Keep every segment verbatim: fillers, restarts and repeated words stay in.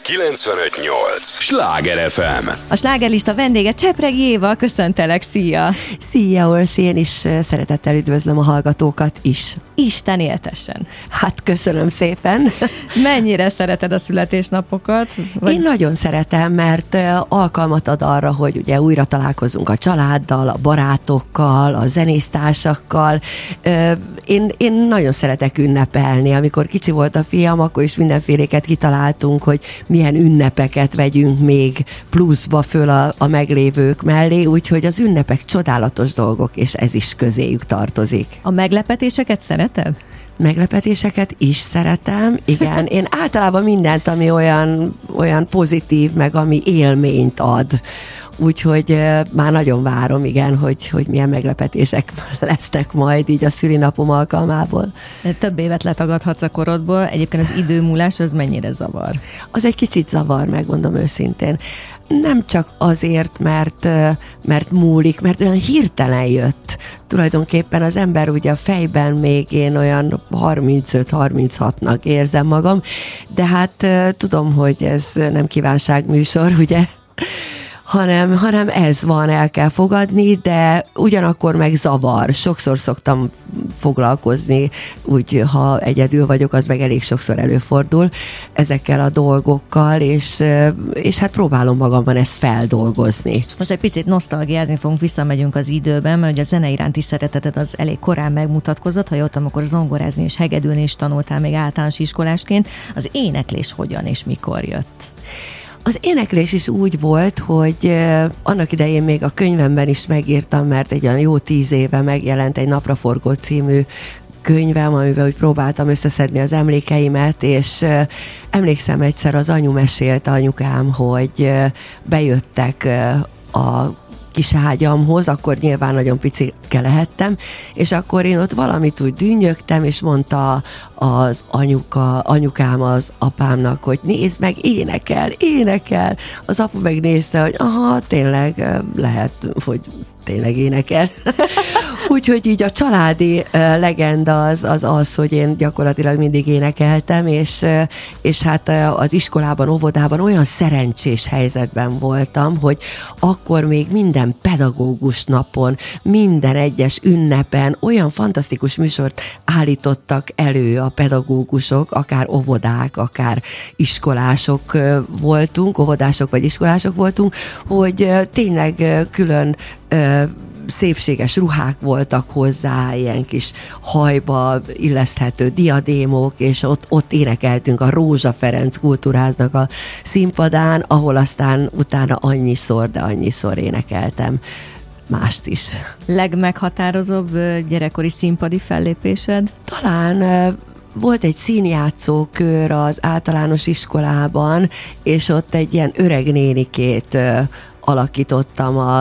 kilencvenöt nyolc Sláger ef em. A slágerlista vendége Csepregi Éva, köszöntelek, szia! Szia, Orsi, én is szeretettel üdvözlöm a hallgatókat is. Isten éltessen! Hát köszönöm szépen! Mennyire szereted a születésnapokat? Vagy... Én nagyon szeretem, mert alkalmat ad arra, hogy ugye újra találkozunk a családdal, a barátokkal, a zenésztársakkal. Én, én nagyon szeretek ünnepelni. Amikor kicsi volt a fiam, akkor is mindenféléket kitaláltunk, hogy milyen ünnepeket vegyünk még pluszba föl a, a meglévők mellé, úgyhogy az ünnepek csodálatos dolgok, és ez is közéjük tartozik. A meglepetéseket szereted? Meglepetéseket is szeretem, igen. Én általában mindent, ami olyan, olyan pozitív, meg ami élményt ad. Úgyhogy uh, már nagyon várom, igen, hogy, hogy milyen meglepetések lesznek majd így a szülinapom alkalmából. Több évet letagadhatsz a korodból, egyébként az időmúlás az mennyire zavar? Az egy kicsit zavar, megmondom őszintén. Nem csak azért, mert, mert múlik, mert olyan hirtelen jött. Tulajdonképpen az ember ugye a fejben még én olyan harmincöt harminchatnak érzem magam, de hát tudom, hogy ez nem kívánságműsor, ugye? Hanem, hanem ez van, el kell fogadni, de ugyanakkor meg zavar. Sokszor szoktam foglalkozni, úgy, ha egyedül vagyok, az meg elég sokszor előfordul ezekkel a dolgokkal, és, és hát próbálom magamban ezt feldolgozni. Most egy picit nosztalgiázni fogunk, visszamegyünk az időben, mert ugye a zene iránti szereteted az elég korán megmutatkozott, ha jöttem, akkor zongorázni és hegedülni is tanultál még általános iskolásként. Az éneklés hogyan és mikor jött? Az éneklés is úgy volt, hogy eh, annak idején még a könyvemben is megírtam, mert egy olyan jó tíz éve megjelent egy Napraforgó című könyvem, amiben úgy próbáltam összeszedni az emlékeimet, és eh, emlékszem egyszer az anyu mesélte, anyukám, hogy eh, bejöttek eh, a kis ágyamhoz, akkor nyilván nagyon picike lehettem, és akkor én ott valamit úgy dünnyögtem, és mondta az anyuka, anyukám az apámnak, hogy nézd meg, énekel, énekel. Az apu megnézte, hogy aha, tényleg lehet, hogy tényleg énekel. Úgyhogy így a családi uh, legenda az, az az, hogy én gyakorlatilag mindig énekeltem, és, uh, és hát uh, az iskolában, óvodában olyan szerencsés helyzetben voltam, hogy akkor még minden pedagógus napon, minden egyes ünnepen olyan fantasztikus műsort állítottak elő a pedagógusok, akár óvodák, akár iskolások uh, voltunk, óvodások vagy iskolások voltunk, hogy uh, tényleg uh, külön uh, szépséges ruhák voltak hozzá, ilyen kis hajba illeszthető diadémok, és ott, ott énekeltünk a Rózsa Ferenc Kultúrháznak a színpadán, ahol aztán utána annyiszor, de annyiszor énekeltem mást is. Legmeghatározóbb gyerekkori színpadi fellépésed? Talán volt egy színjátszókör az általános iskolában, és ott egy ilyen öreg nénikét alakítottam, a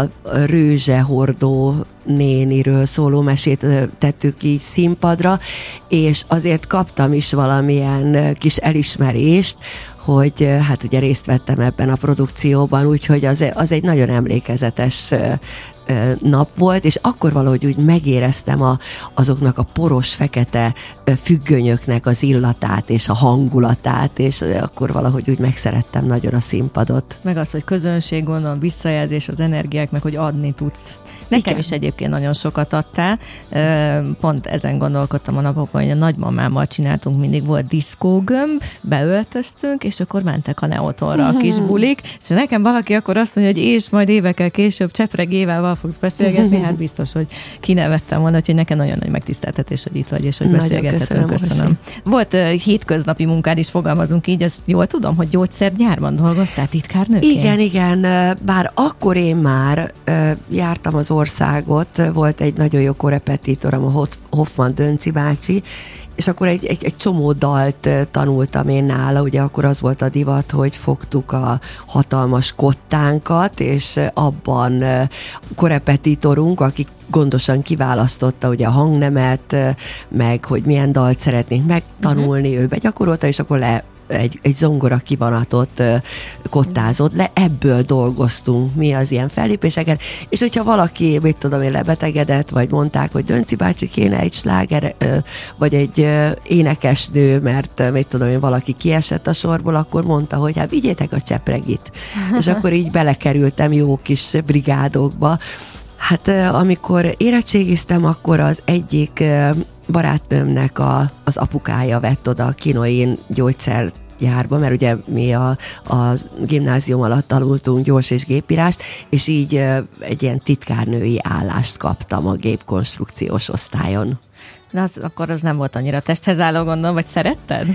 rőzsehordó néniről szóló mesét tettük így színpadra, és azért kaptam is valamilyen kis elismerést, hogy hát ugye részt vettem ebben a produkcióban, úgyhogy az, az egy nagyon emlékezetes nap volt, és akkor valahogy úgy megéreztem a, azoknak a poros, fekete függönyöknek az illatát és a hangulatát, és akkor valahogy úgy megszerettem nagyon a színpadot. Meg az, hogy közönség, gondolom, visszajelzés, az energiák, meg hogy adni tudsz. Nekem Igen. is egyébként nagyon sokat adtál. Pont ezen gondolkodtam a napokban, hogy a nagymamámmal csináltunk, mindig volt diszkógömb, beöltöztünk, és akkor mentek a Neotonra a kis bulik, és nekem valaki akkor azt mondja, hogy és majd évekkel később Csepregi Évával fogsz beszélgetni, hát biztos, hogy kinevettem volna, hogy nekem nagyon nagy megtiszteltetés, hogy itt vagy, és hogy beszélgethetünk. Köszönöm. köszönöm. Volt uh, hétköznapi munkád is, fogalmazunk így, azt jól tudom, hogy gyógyszergyárban dolgoztál titkárnőként? Igen, igen, bár akkor én már uh, jártam az országot, volt egy nagyon jó korepetitorom, a Hoffman Dönci bácsi, és akkor egy, egy, egy csomó dalt tanultam én nála, ugye akkor az volt a divat, hogy fogtuk a hatalmas kottánkat, és abban korepetitorunk, aki gondosan kiválasztotta ugye a hangnemet, meg hogy milyen dalt szeretnénk megtanulni, uh-huh. ő begyakorolta, és akkor le egy, egy zongora kivonatot kottázott le, ebből dolgoztunk mi az ilyen fellépéseken, és hogyha valaki, mit tudom én, lebetegedett, vagy mondták, hogy Dönci bácsi kéne egy sláger, vagy egy énekesnő, mert mit tudom én, valaki kiesett a sorból, akkor mondta, hogy hát vigyétek a Csepregit. És akkor így belekerültem jó kis brigádokba. Hát amikor érettségiztem, akkor az egyik barátnőmnek a, az apukája vett oda a Kinoin gyógyszergyárba, mert ugye mi a, a gimnázium alatt tanultunk gyors és gépírást, és így egy ilyen titkárnői állást kaptam a gépkonstrukciós osztályon. Na, az, akkor az nem volt annyira testhez álló, gondolom, vagy szeretted?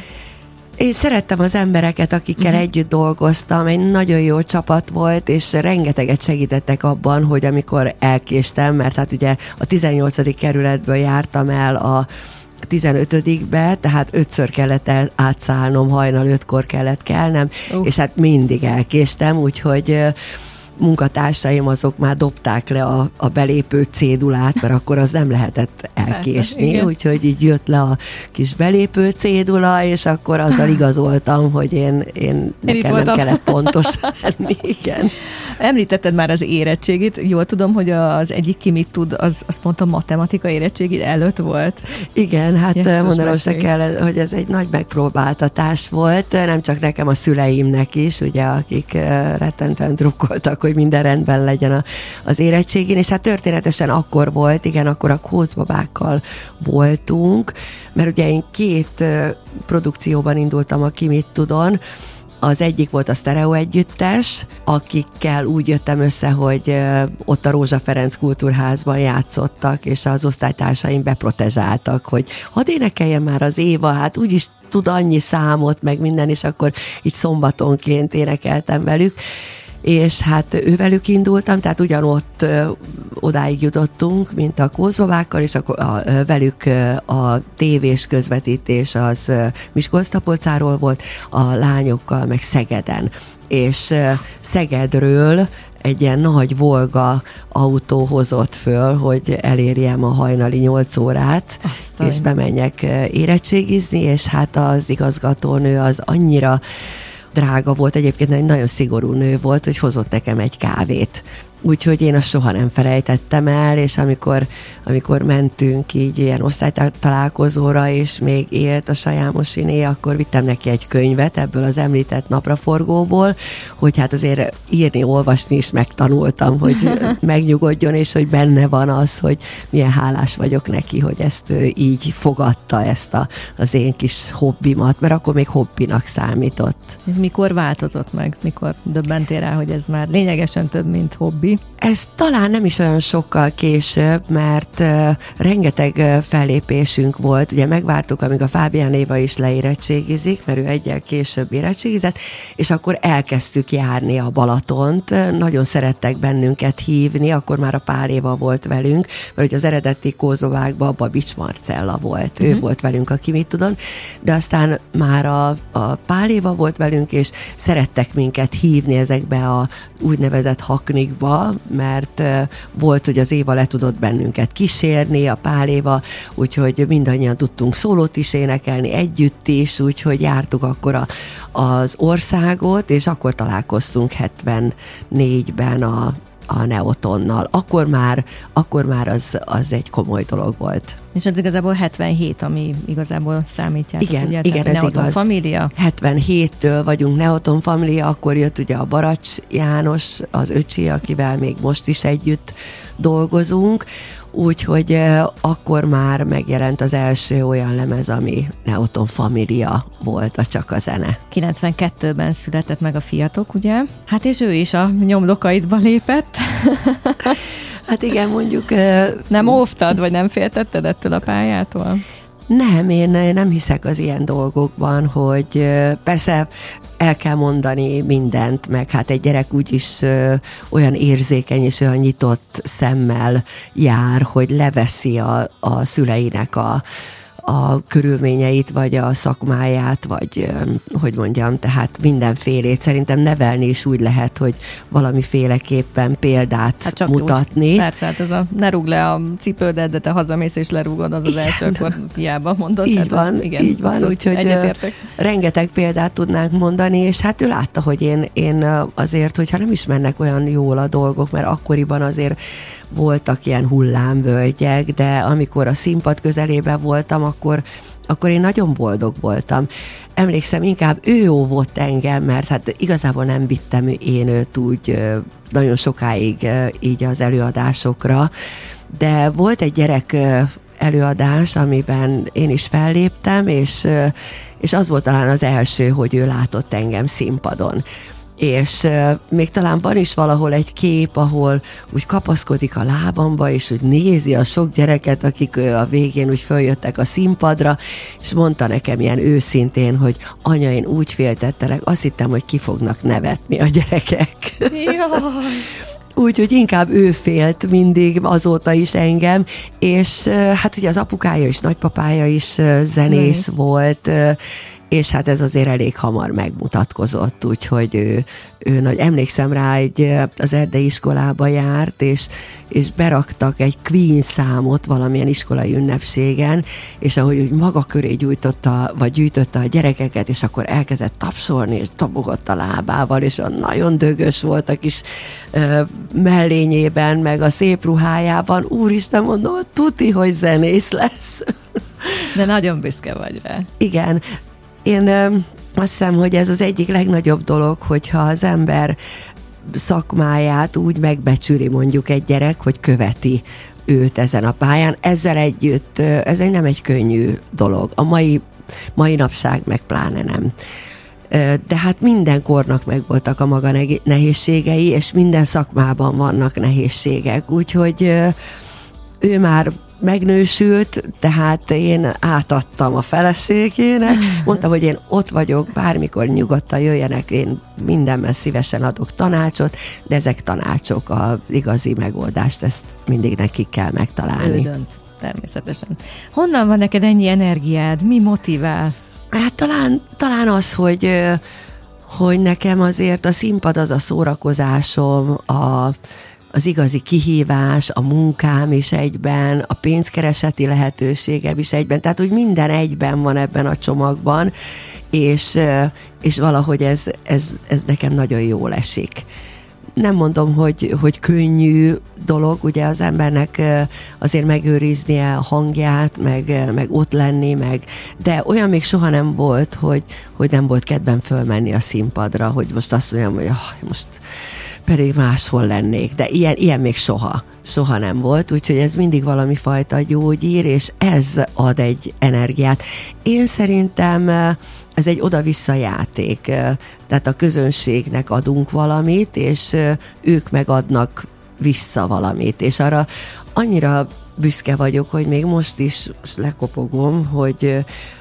Én szerettem az embereket, akikkel uh-huh. együtt dolgoztam, egy nagyon jó csapat volt, és rengeteget segítettek abban, hogy amikor elkéstem, mert hát ugye a tizennyolcadik kerületből jártam el a tizenötödikbe, tehát ötször kellett átszállnom, hajnal ötkor kellett kelnem, uh. és hát mindig elkéstem, úgyhogy munkatársaim azok már dobták le a, a belépő cédulát, mert akkor az nem lehetett elkésni, persze, úgyhogy így jött le a kis belépő cédula, és akkor azzal igazoltam, hogy én, én nekem nem kellett pontos lenni, igen. Említetted már az érettségit, jól tudom, hogy az egyik ki mit tud, az, az pont a matematika érettségid előtt volt. Igen, hát Jesszus mondanom se kell, hogy ez egy nagy megpróbáltatás volt, nem csak nekem, a szüleimnek is, ugye, akik rettentően drukkoltak, hogy minden rendben legyen a, az érettségén, és hát történetesen akkor volt, igen, akkor a Kócbabákkal voltunk, mert ugye én két produkcióban indultam a Ki mit tudon. Az egyik volt a Sztereó együttes, akikkel úgy jöttem össze, hogy ott a Rózsa Ferenc Kultúrházban játszottak, és az osztálytársaim beprotezsáltak, hogy hadd énekeljen már az Éva, hát úgyis tud annyi számot, meg minden, és akkor így szombatonként énekeltem velük, és hát ővelük indultam, tehát ugyanott ö, odáig jutottunk, mint a Kózbabákkal, és akkor a, ö, velük ö, a tévés közvetítés az ö, Miskolc-Tapolcáról volt, a lányokkal meg Szegeden. És ö, Szegedről egy ilyen nagy Volga autó hozott föl, hogy elérjem a hajnali nyolc órát, Aztán. és bemenjek érettségizni, és hát az igazgatónő az annyira drága volt, egyébként egy nagyon szigorú nő volt, hogy hozott nekem egy kávét. Úgyhogy én azt soha nem felejtettem el, és amikor, amikor mentünk így ilyen osztálytalálkozóra, és még élt a Sajámosiné, akkor vittem neki egy könyvet ebből az említett napraforgóból, hogy hát azért írni, olvasni is megtanultam, hogy megnyugodjon, és hogy benne van az, hogy milyen hálás vagyok neki, hogy ezt így fogadta, ezt a, az én kis hobbimat, mert akkor még hobbinak számított. Mikor változott meg? Mikor döbbentél rá, hogy ez már lényegesen több, mint hobbi? Ez talán nem is olyan sokkal később, mert uh, rengeteg uh, fellépésünk volt. Ugye megvártuk, amíg a Fábián Éva is leérettségizik, mert ő egyel később érettségizett, és akkor elkezdtük járni a Balatont. Nagyon szerettek bennünket hívni, akkor már a Pál Éva volt velünk, mert ugye az eredeti Kózbabákban Babics Marcella volt. Uh-huh. Ő volt velünk a Ki mit tudon, de aztán már a, a Pál Éva volt velünk, és szerettek minket hívni ezekbe a úgynevezett haknikba, mert uh, volt, hogy az Éva le tudott bennünket kísérni, a Pál Éva, úgyhogy mindannyian tudtunk szólót is énekelni, együtt is, úgyhogy jártuk akkor a, az országot, és akkor találkoztunk hetvennégyben a, a Neotonnal. Akkor már, akkor már az, az egy komoly dolog volt. És ez igazából hetvenhét, ami igazából számítjátok. Igen, ugye? igen, ez Neoton igaz. Família. hetvenhéttől vagyunk Neoton Família, akkor jött ugye a Baracs János, az öcsi, akivel még most is együtt dolgozunk, úgyhogy eh, akkor már megjelent az első olyan lemez, ami Neoton Família volt, a Csak a zene. kilencvenkettőben született meg a fiatok, ugye? Hát és ő is a nyomdokaidba lépett. Hát igen, mondjuk... Nem óvtad, vagy nem féltetted ettől a pályától? Nem, én nem hiszek az ilyen dolgokban, hogy persze el kell mondani mindent, meg hát egy gyerek úgyis olyan érzékeny és olyan nyitott szemmel jár, hogy leveszi a, a szüleinek a a körülményeit, vagy a szakmáját, vagy hogy mondjam, tehát mindenfélét. Szerintem nevelni is úgy lehet, hogy valamiféleképpen példát hát mutatni. Úgy. Persze, hát ez a ne rúg le a cipődet, de te hazamész és lerúgod, az az igen. első, akkor hiába mondod. Így hát, van, igen, így van, úgyhogy rengeteg példát tudnánk mondani, és hát ő látta, hogy én, én azért, hogyha nem is mennek olyan jól a dolgok, mert akkoriban azért voltak ilyen hullámvölgyek, de amikor a színpad közelében voltam, akkor, akkor én nagyon boldog voltam. Emlékszem, inkább ő óvott engem, mert hát igazából nem vittem én őt úgy nagyon sokáig így az előadásokra, de volt egy gyerek előadás, amiben én is felléptem, és, és az volt talán az első, hogy ő látott engem színpadon. És uh, még talán van is valahol egy kép, ahol úgy kapaszkodik a lábamba, és úgy nézi a sok gyereket, akik uh, a végén úgy följöttek a színpadra, és mondta nekem ilyen őszintén, hogy anya, én úgy féltettelek, azt hittem, hogy ki fognak nevetni a gyerekek. Úgyhogy inkább ő félt mindig azóta is engem, és uh, hát ugye az apukája és nagypapája is uh, zenész mm. volt, uh, és hát ez azért elég hamar megmutatkozott, úgyhogy ő, ő nagy, emlékszem rá, egy, az erdei iskolába járt, és, és beraktak egy Queen számot valamilyen iskolai ünnepségen, és ahogy úgy maga köré gyújtotta, vagy gyűjtötte a gyerekeket, és akkor elkezdett tapsolni, és dobogott a lábával, és nagyon dögös volt a kis ö, mellényében, meg a szép ruhájában. Úristen, mondom, tuti, hogy zenész lesz. De nagyon büszke vagy rá. Igen. Én ö, azt hiszem, hogy ez az egyik legnagyobb dolog, hogyha az ember szakmáját úgy megbecsüli mondjuk egy gyerek, hogy követi őt ezen a pályán. Ezzel együtt ö, ez egy nem egy könnyű dolog. A mai, mai napság meg pláne nem. Ö, de hát minden kornak megvoltak a maga nehézségei, és minden szakmában vannak nehézségek. Úgyhogy ö, ő már megnősült, tehát én átadtam a feleségének, mondtam, hogy én ott vagyok, bármikor nyugodtan jöjjenek, én mindenben szívesen adok tanácsot, de ezek tanácsok, az igazi megoldást, ezt mindig nekik kell megtalálni. Ő dönt, természetesen. Honnan van neked ennyi energiád? Mi motivál? Hát talán, talán az, hogy, hogy nekem azért a színpad az a szórakozásom, a az igazi kihívás, a munkám is egyben, a pénzkereseti lehetőségem is egyben, tehát úgy minden egyben van ebben a csomagban, és, és valahogy ez, ez, ez nekem nagyon jól esik. Nem mondom, hogy, hogy könnyű dolog, ugye az embernek azért megőriznie a hangját, meg, meg ott lenni, meg, de olyan még soha nem volt, hogy, hogy nem volt kedvem fölmenni a színpadra, hogy most azt mondjam, hogy oh, most pedig máshol lennék, de ilyen, ilyen még soha, soha nem volt, úgyhogy ez mindig valami fajta gyógyír, és ez ad egy energiát. Én szerintem ez egy oda-vissza játék, tehát a közönségnek adunk valamit, és ők megadnak vissza valamit, és arra annyira büszke vagyok, hogy még most is lekopogom, hogy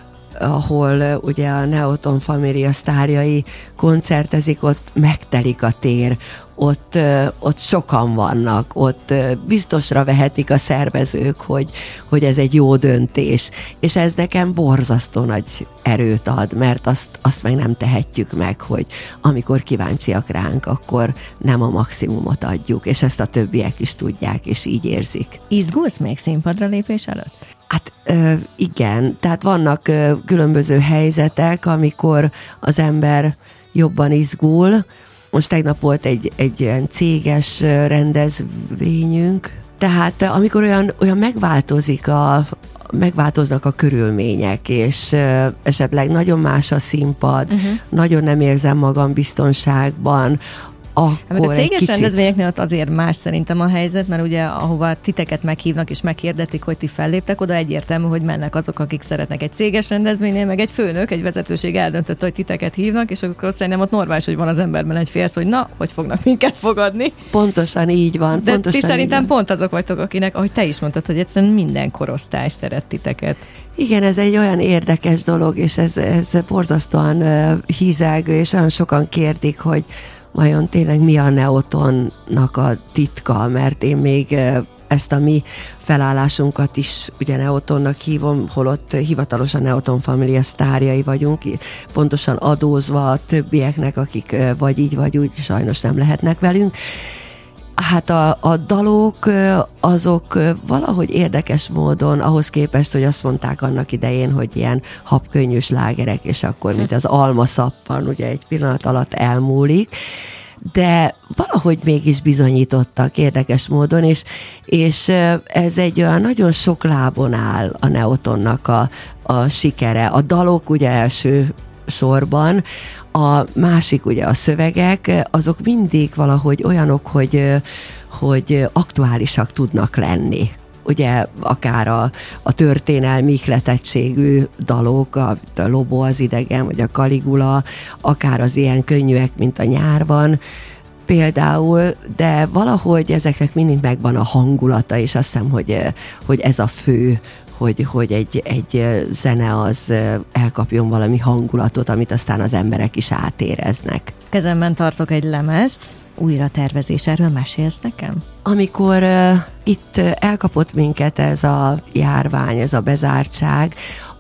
ahol ugye a Neoton Família sztárjai koncertezik, ott megtelik a tér, ott, ott sokan vannak, ott biztosra vehetik a szervezők, hogy, hogy ez egy jó döntés, és ez nekem borzasztó nagy erőt ad, mert azt, azt meg nem tehetjük meg, hogy amikor kíváncsiak ránk, akkor nem a maximumot adjuk, és ezt a többiek is tudják, és így érzik. Izgulsz még színpadra lépés előtt? Hát igen, tehát vannak különböző helyzetek, amikor az ember jobban izgul. Most tegnap volt egy, egy ilyen céges rendezvényünk, tehát amikor olyan, olyan megváltozik a, megváltoznak a körülmények, és esetleg nagyon más a színpad, uh-huh. nagyon nem érzem magam biztonságban, akkor a céges kicsit... rendezvényeknél ott azért más szerintem a helyzet, mert ugye ahova titeket meghívnak és meghirdetik, hogy ti felléptek, oda egyértelmű, hogy mennek azok, akik szeretnek. Egy céges rendezvénynél, meg egy főnök, egy vezetőség eldöntött, hogy titeket hívnak, és akkor szerintem ott normális, hogy van az emberben egy félsz, hogy na, hogy fognak minket fogadni. Pontosan így van. De pontosan ti szerintem pont azok vagytok, akinek, ahogy te is mondtad, hogy egyszerűen minden korosztály szeret titeket. Igen, ez egy olyan érdekes dolog, és ez, ez borzasztóan uh, hízelgő, és olyan sokan kérdik, hogy vajon tényleg mi a Neotonnak a titka, mert én még ezt a mi felállásunkat is ugye Neotonnak hívom, holott hivatalosan Neoton Family sztárjai vagyunk, pontosan adózva a többieknek, akik vagy így, vagy úgy sajnos nem lehetnek velünk. Hát a, a dalok azok valahogy érdekes módon, ahhoz képest, hogy azt mondták annak idején, hogy ilyen habkönnyű slágerek, és akkor mint az almaszappan, ugye egy pillanat alatt elmúlik, de valahogy mégis bizonyítottak érdekes módon, és, és ez egy olyan nagyon sok lábon áll a Neotonnak a, a sikere. A dalok ugye első sorban, a másik ugye a szövegek, azok mindig valahogy olyanok, hogy, hogy aktuálisak tudnak lenni. Ugye akár a, a történelmi ihletettségű dalok, a, a Lobo az idegen, vagy a Caligula, akár az ilyen könnyűek, mint a Nyár van, például, de valahogy ezeknek mindig megvan a hangulata, és azt hiszem, hogy, hogy ez a fő, hogy, hogy egy, egy zene az elkapjon valami hangulatot, amit aztán az emberek is átéreznek. Kezemben tartok egy lemezt, újra tervezés, erről mesélsz nekem? Amikor uh, itt elkapott minket ez a járvány, ez a bezártság,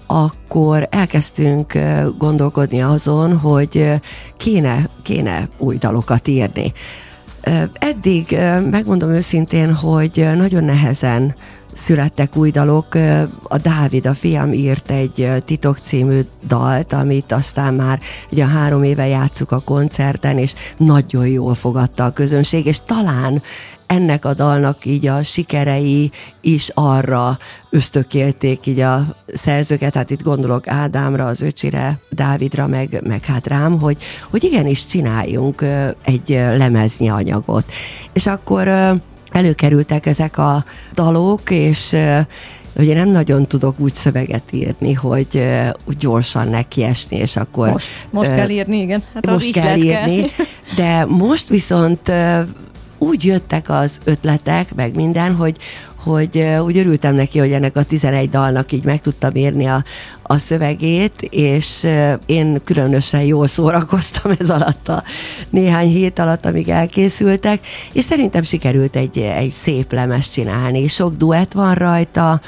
akkor elkezdtünk uh, gondolkodni azon, hogy uh, kéne, kéne új dalokat írni. Uh, eddig, uh, megmondom őszintén, hogy uh, nagyon nehezen születtek új dalok. A Dávid, a fiam írt egy Titok című dalt, amit aztán már egy a három éve játsszuk a koncerten, és nagyon jól fogadta a közönség, és talán ennek a dalnak így a sikerei is arra ösztökélték így a szerzőket, hát itt gondolok Ádámra, az öcsire, Dávidra, meg, meg hát rám, hogy, hogy igenis csináljunk egy lemeznyi anyagot. És akkor előkerültek ezek a dalok, és ugye nem nagyon tudok úgy szöveget írni, hogy úgy gyorsan nekiesni, és akkor... Most, most uh, kell írni, igen. Hát most kell írni, kell. De most viszont uh, úgy jöttek az ötletek, meg minden, hogy, hogy uh, úgy örültem neki, hogy ennek a tizenegy dalnak így meg tudtam írni a, a szövegét, és uh, én különösen jól szórakoztam ez alatt a néhány hét alatt, amíg elkészültek, és szerintem sikerült egy, egy szép lemezt csinálni. Sok duett van rajta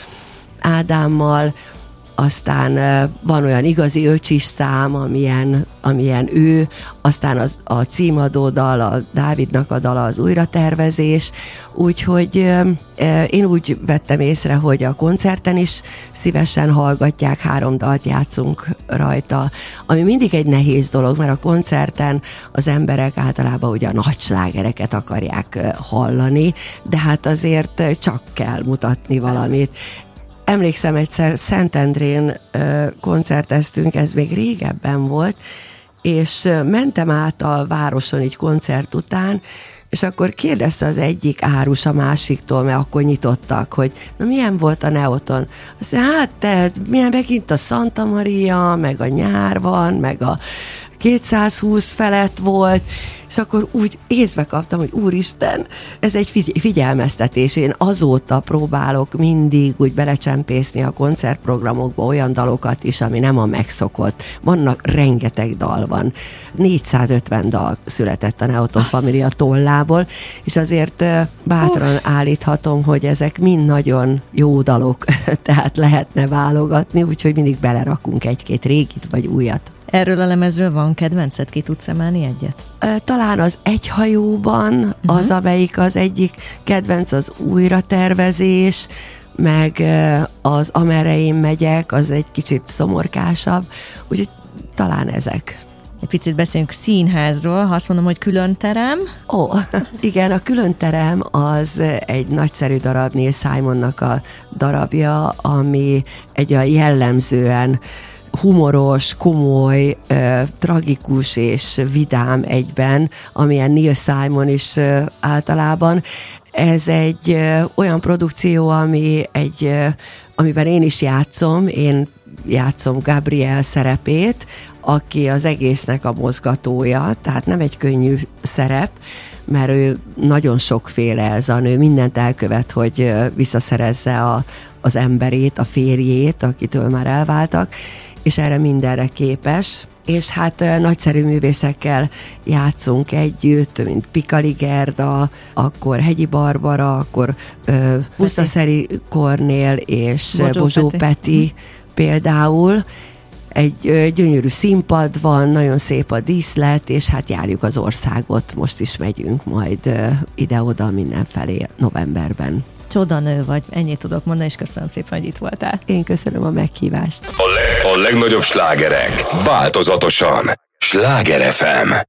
Ádámmal, aztán van olyan igazi öcsis szám, amilyen, amilyen ő, aztán az, a címadó dal, a Dávidnak a dala, az újratervezés, úgyhogy én úgy vettem észre, hogy a koncerten is szívesen hallgatják, három dalt játszunk rajta, ami mindig egy nehéz dolog, mert a koncerten az emberek általában ugye a nagy slágereket akarják hallani, de hát azért csak kell mutatni valamit. Emlékszem, egyszer Szentendrén ö, koncerteztünk, ez még régebben volt, és ö, mentem át a városon így koncert után, és akkor kérdezte az egyik árus a másiktól, mert akkor nyitottak, hogy na milyen volt a Neoton? Azt mondja, hát te, milyen megint a Santa Maria, meg a Nyár van, meg a kétszázhúsz felett volt, és akkor úgy észbe kaptam, hogy úristen, ez egy figy- figyelmeztetés. Én azóta próbálok mindig úgy belecsempészni a koncertprogramokba olyan dalokat is, ami nem a megszokott. Vannak, rengeteg dal van. négyszázötven dal született a Neoton Family tollából, és azért bátran állíthatom, hogy ezek mind nagyon jó dalok, tehát lehetne válogatni, úgyhogy mindig belerakunk egy-két régit vagy újat. Erről a lemezről van kedvenced? Ki tudsz emelni egyet? Talán az Egy hajóban, uh-huh. az, amelyik az egyik kedvenc, az újratervezés, meg az Amerre én megyek, az egy kicsit szomorkásabb, úgyhogy talán ezek. Egy picit beszéljünk színházról, ha azt mondom, hogy különterem. Ó, igen, a különterem az egy nagyszerű darab, Neil Simonnak a darabja, ami egy a jellemzően humoros, komoly, uh, tragikus és vidám egyben, amilyen Neil Simon is uh, általában. Ez egy uh, olyan produkció, ami egy, uh, amiben én is játszom, én játszom Gabriel szerepét, aki az egésznek a mozgatója, tehát nem egy könnyű szerep, mert ő nagyon sokféle ez a nő, mindent elkövet, hogy uh, visszaszerezze a, az emberét, a férjét, akitől már elváltak, és erre mindenre képes, és hát nagyszerű művészekkel játszunk együtt, mint Pikali Gerda, akkor Hegyi Barbara, akkor uh, Pusztaszeri Kornél és Bozsó, Bozsó Peti, Peti például. Egy gyönyörű színpad van, nagyon szép a díszlet, és hát járjuk az országot, most is megyünk majd ide-oda mindenfelé novemberben. Csodanő vagy, ennyit tudok mondani, és köszönöm szépen, hogy itt voltál. Én köszönöm a meghívást. A, le- a legnagyobb slágerek változatosan. Sláger ef em.